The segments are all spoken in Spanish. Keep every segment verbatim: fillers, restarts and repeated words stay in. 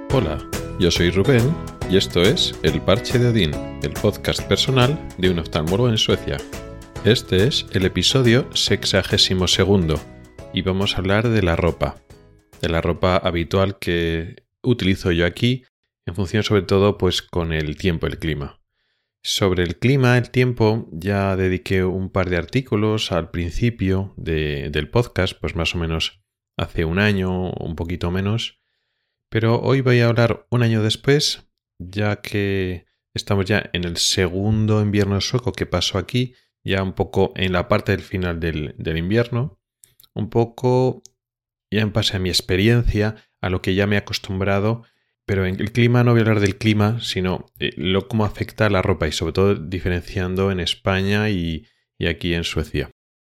Hola, yo soy Rubén y esto es El Parche de Odín, el podcast personal de un oftalmólogo en Suecia. Este es el episodio sexagésimo segundo y vamos a hablar de la ropa, de la ropa habitual que utilizo yo aquí en función sobre todo pues con el tiempo, el clima. Sobre el clima, el tiempo, ya dediqué un par de artículos al principio de, del podcast, pues más o menos hace un año o un poquito menos. Pero hoy voy a hablar un año después, ya que estamos ya en el segundo invierno sueco que pasó aquí, ya un poco en la parte del final del, del invierno, un poco ya en base a mi experiencia, a lo que ya me he acostumbrado, pero en el clima no voy a hablar del clima, sino eh, lo cómo afecta a la ropa y sobre todo diferenciando en España y, y aquí en Suecia.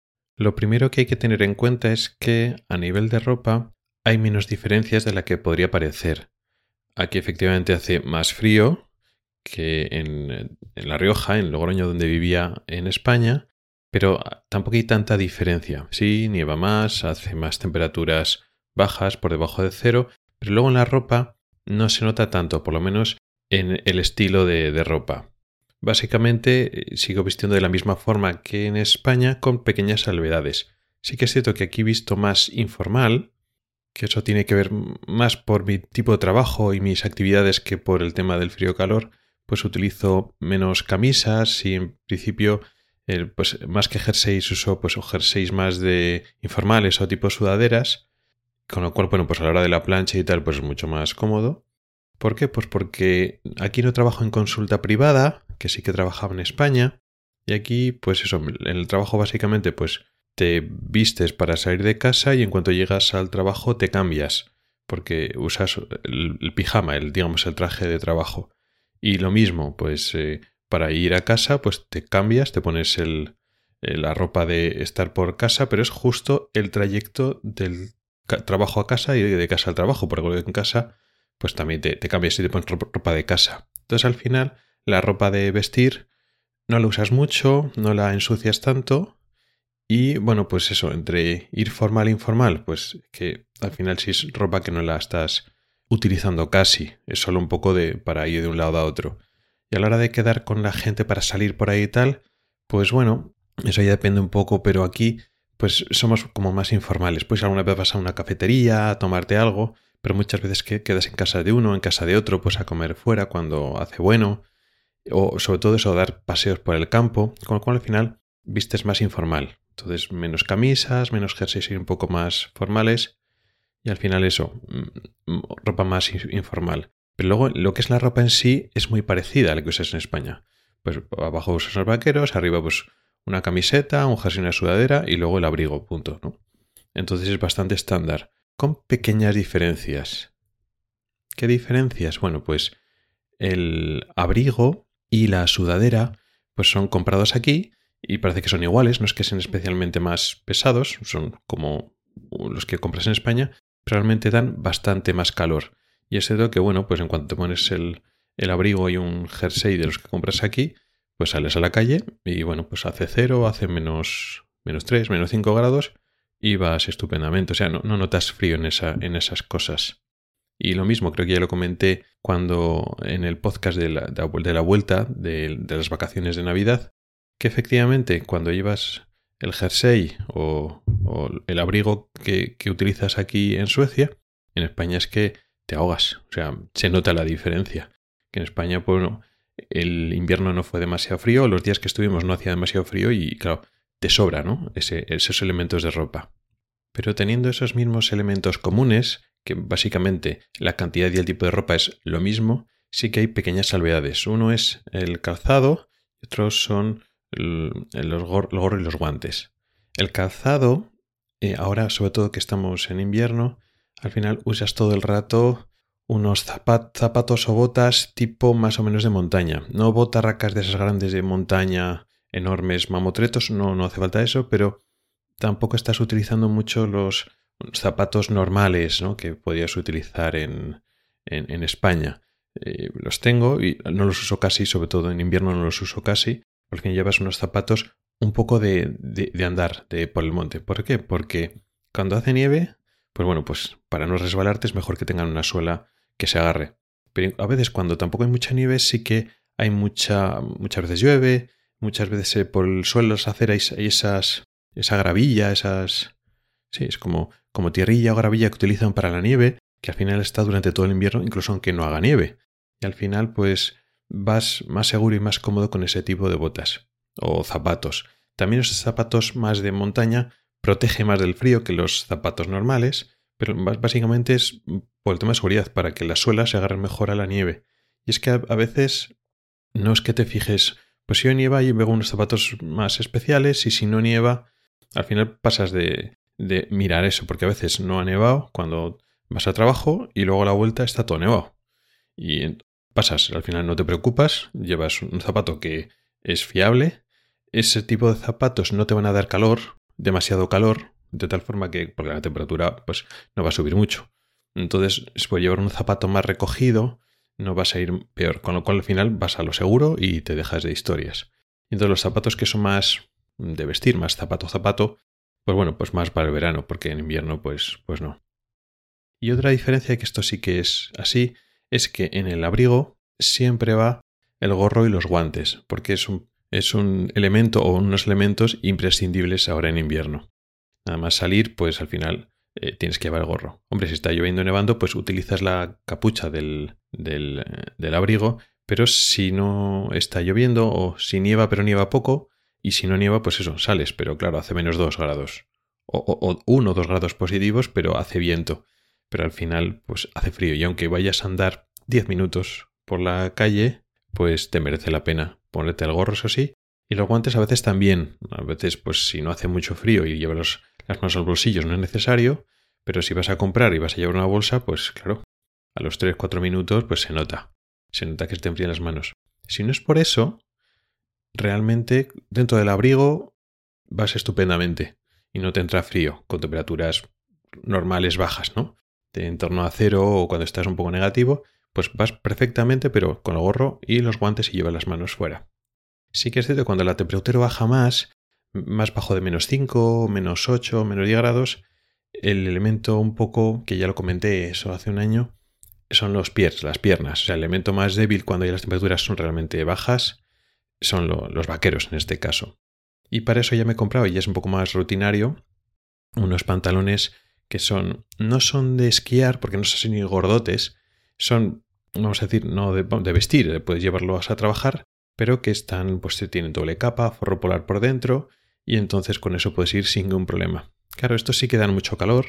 Lo primero que hay que tener en cuenta es que a nivel de ropa hay menos diferencias de la que podría parecer. Aquí efectivamente hace más frío que en, en La Rioja, en Logroño donde vivía en España, pero tampoco hay tanta diferencia. Sí, nieva más, hace más temperaturas bajas por debajo de cero, pero luego en la ropa no se nota tanto, por lo menos en el estilo de, de ropa. Básicamente sigo vistiendo de la misma forma que en España con pequeñas salvedades. Sí que es cierto que aquí he visto más informal, que eso tiene que ver más por mi tipo de trabajo y mis actividades que por el tema del frío-calor, pues utilizo menos camisas y en principio eh, pues más que jerseys uso pues o jerseys más de informales o tipo sudaderas, con lo cual bueno pues a la hora de la plancha y tal pues es mucho más cómodo. ¿Por qué? Pues porque aquí no trabajo en consulta privada, que sí que trabajaba en España, y aquí pues eso, en el trabajo básicamente pues te vistes para salir de casa y en cuanto llegas al trabajo te cambias, porque usas el, el pijama, el, digamos el traje de trabajo. Y lo mismo, pues eh, para ir a casa pues te cambias, te pones el, la ropa de estar por casa, pero es justo el trayecto del ca- trabajo a casa y de casa al trabajo, porque en casa pues también te, te cambias y te pones ropa de casa. Entonces al final la ropa de vestir no la usas mucho, no la ensucias tanto y bueno pues eso, entre ir formal e informal, pues que al final si es ropa que no la estás utilizando casi, es solo un poco de para ir de un lado a otro. Y a la hora de quedar con la gente para salir por ahí y tal, pues bueno, eso ya depende un poco, pero aquí pues somos como más informales. Pues alguna vez vas a una cafetería a tomarte algo, pero muchas veces que quedas en casa de uno, en casa de otro, pues a comer fuera cuando hace bueno, o sobre todo eso, dar paseos por el campo, con lo cual al final vistes más informal. Entonces menos camisas, menos jerseys y un poco más formales y al final eso, ropa más informal. Pero luego lo que es la ropa en sí es muy parecida a la que usas en España. Pues abajo usas los vaqueros, arriba pues una camiseta, un jersey y una sudadera y luego el abrigo, punto, ¿no? Entonces es bastante estándar, con pequeñas diferencias. ¿Qué diferencias? Bueno, pues el abrigo y la sudadera pues son comprados aquí y parece que son iguales, no es que sean especialmente más pesados, son como los que compras en España, pero realmente dan bastante más calor. Y es cierto que, bueno, pues en cuanto te pones el, el abrigo y un jersey de los que compras aquí, pues sales a la calle y, bueno, pues hace cero, hace menos, menos tres, menos cinco grados y vas estupendamente. O sea, no, no notas frío en, esa, en esas cosas. Y lo mismo, creo que ya lo comenté cuando en el podcast de la, de la vuelta de, de las vacaciones de Navidad, que efectivamente cuando llevas el jersey o, o el abrigo que, que utilizas aquí en Suecia, en España es que te ahogas. O sea, se nota la diferencia. Que en España, pues, bueno, el invierno no fue demasiado frío, los días que estuvimos no hacía demasiado frío y, claro, te sobra, ¿no? Ese, esos elementos de ropa. Pero teniendo esos mismos elementos comunes, que básicamente la cantidad y el tipo de ropa es lo mismo, sí que hay pequeñas salvedades. Uno es el calzado y otros son el, el, los gorros y los guantes. El calzado, eh, ahora sobre todo que estamos en invierno, al final usas todo el rato unos zapat, zapatos o botas tipo más o menos de montaña. No botarracas de esas grandes de montaña, enormes mamotretos, no, no hace falta eso, pero tampoco estás utilizando mucho los zapatos normales, ¿no? Que podías utilizar en, en, en España. Eh, los tengo y no los uso casi, sobre todo en invierno no los uso casi, porque llevas unos zapatos un poco de, de, de andar de, por el monte. ¿Por qué? Porque cuando hace nieve, pues bueno, pues para no resbalarte es mejor que tengan una suela que se agarre. Pero a veces cuando tampoco hay mucha nieve sí que hay mucha, muchas veces llueve, muchas veces eh, por el suelo, las aceras hay esas, esa gravilla, esas... Sí, es como, como tierrilla o gravilla que utilizan para la nieve, que al final está durante todo el invierno, incluso aunque no haga nieve. Y al final pues vas más seguro y más cómodo con ese tipo de botas o zapatos. También esos zapatos más de montaña protegen más del frío que los zapatos normales, pero básicamente es por el tema de seguridad, para que la suela se agarre mejor a la nieve. Y es que a, a veces no es que te fijes, pues si hoy nieva y veo unos zapatos más especiales, y si no nieva, al final pasas de, de mirar eso, porque a veces no ha nevado cuando vas a trabajo y luego a la vuelta está todo nevado. Y pasas, al final no te preocupas, llevas un zapato que es fiable. Ese tipo de zapatos no te van a dar calor, demasiado calor, de tal forma que, porque la temperatura pues no va a subir mucho. Entonces, si puedes llevar un zapato más recogido, no vas a ir peor, con lo cual al final vas a lo seguro y te dejas de historias. Y entonces los zapatos que son más de vestir, más zapato zapato, pues bueno, pues más para el verano, porque en invierno pues, pues no. Y otra diferencia, que esto sí que es así, es que en el abrigo siempre va el gorro y los guantes, porque es un, es un elemento o unos elementos imprescindibles ahora en invierno. Nada más salir, pues al final eh, tienes que llevar el gorro. Hombre, si está lloviendo o nevando, pues utilizas la capucha del, del, del abrigo, pero si no está lloviendo o si nieva pero nieva poco, y si no nieva, pues eso, sales, pero claro, hace menos dos grados. O, o, o uno o dos grados positivos, pero hace viento. Pero al final pues hace frío, y aunque vayas a andar diez minutos por la calle, pues te merece la pena ponerte el gorro, eso sí, y los guantes a veces también. A veces pues si no hace mucho frío y llevas los, las manos a los bolsillos no es necesario, pero si vas a comprar y vas a llevar una bolsa, pues claro, a los tres cuatro minutos pues se nota, se nota que te enfrían las manos. Si no es por eso, realmente dentro del abrigo vas estupendamente y no te entra frío con temperaturas normales bajas, ¿no? De en torno a cero, o cuando estás un poco negativo, pues vas perfectamente, pero con el gorro y los guantes y llevas las manos fuera. Sí que es cierto que cuando la temperatura baja más, más bajo de menos cinco, menos ocho, menos diez grados, el elemento un poco, que ya lo comenté eso hace un año, son los pies, las piernas. O sea, el elemento más débil cuando ya las temperaturas son realmente bajas son lo, los vaqueros en este caso. Y para eso ya me he comprado, y ya es un poco más rutinario, unos pantalones que son, no son de esquiar, porque no son ni gordotes, son, vamos a decir, no de, de vestir, puedes llevarlos a trabajar, pero que están, pues tienen doble capa, forro polar por dentro, y entonces con eso puedes ir sin ningún problema. Claro, estos sí que dan mucho calor,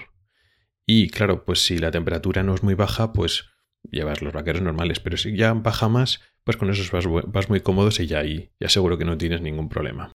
y claro, pues si la temperatura no es muy baja, pues llevas los vaqueros normales, pero si ya baja más, pues con esos vas, vas muy cómodos y ya ahí ya seguro que no tienes ningún problema.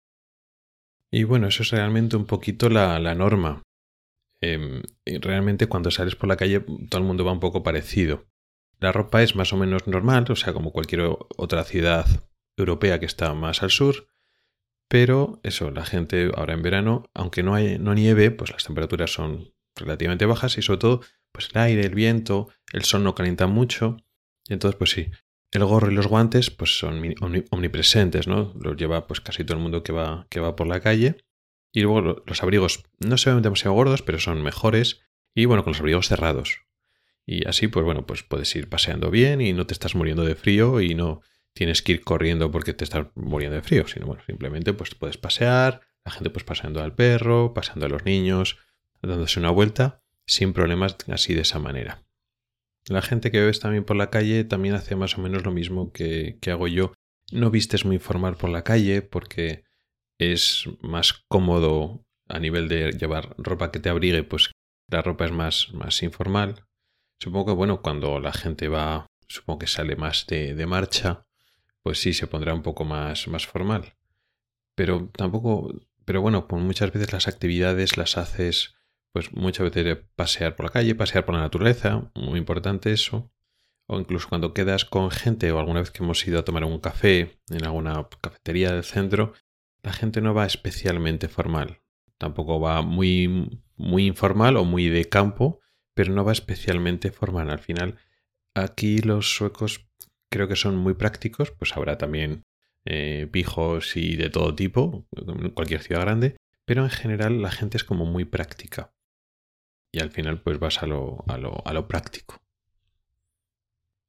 Y bueno, eso es realmente un poquito la, la norma. Eh, realmente cuando sales por la calle todo el mundo va un poco parecido. La ropa es más o menos normal, o sea, como cualquier otra ciudad europea que está más al sur, pero eso, la gente ahora en verano, aunque no, hay, no nieve, pues las temperaturas son relativamente bajas, y sobre todo pues el aire, el viento, el sol no calienta mucho, y entonces pues sí, el gorro y los guantes pues son omnipresentes, ¿no? Los lleva pues casi todo el mundo que va, que va por la calle. Y luego los abrigos no se ven demasiado gordos, pero son mejores. Y bueno, con los abrigos cerrados. Y así, pues bueno, pues puedes ir paseando bien y no te estás muriendo de frío y no tienes que ir corriendo porque te estás muriendo de frío, sino bueno, simplemente pues puedes pasear, la gente pues paseando al perro, paseando a los niños, dándose una vuelta, sin problemas así de esa manera. La gente que ves también por la calle también hace más o menos lo mismo que, que hago yo. No vistes muy formal por la calle porque es más cómodo a nivel de llevar ropa que te abrigue, pues la ropa es más, más informal. Supongo que bueno, cuando la gente va, supongo que sale más de, de marcha, pues sí se pondrá un poco más, más formal. Pero tampoco, pero bueno, pues muchas veces las actividades las haces, pues muchas veces de pasear por la calle, pasear por la naturaleza, muy importante eso. O incluso cuando quedas con gente, o alguna vez que hemos ido a tomar un café en alguna cafetería del centro, la gente no va especialmente formal. Tampoco va muy, muy informal o muy de campo, pero no va especialmente formal. Al final, aquí los suecos creo que son muy prácticos, pues habrá también eh, pijos y de todo tipo, en cualquier ciudad grande, pero en general la gente es como muy práctica. Y al final pues vas a lo, a lo, a lo práctico.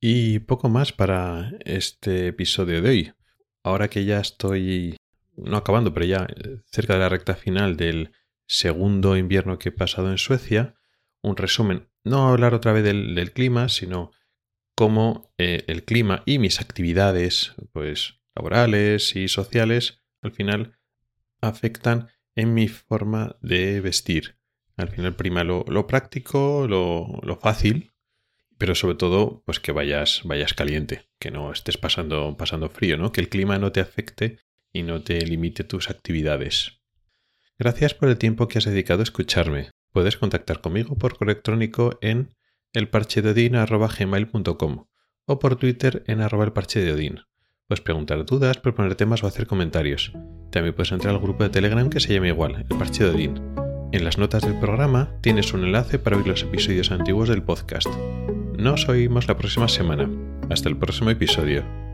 Y poco más para este episodio de hoy. Ahora que ya estoy, no acabando, pero ya cerca de la recta final del segundo invierno que he pasado en Suecia, un resumen, no hablar otra vez del, del clima, sino cómo eh, el clima y mis actividades pues, laborales y sociales al final afectan en mi forma de vestir. Al final prima lo, lo práctico, lo, lo fácil, pero sobre todo pues que vayas, vayas caliente, que no estés pasando, pasando frío, ¿no? Que el clima no te afecte y no te limite tus actividades. Gracias por el tiempo que has dedicado a escucharme. Puedes contactar conmigo por correo electrónico en elparchedeodin arroba gmail punto com o por Twitter en arroba elparchedeodin. Puedes preguntar dudas, proponer temas o hacer comentarios. También puedes entrar al grupo de Telegram que se llama igual, El Parche de Odín. En las notas del programa tienes un enlace para oír los episodios antiguos del podcast. Nos oímos la próxima semana. Hasta el próximo episodio.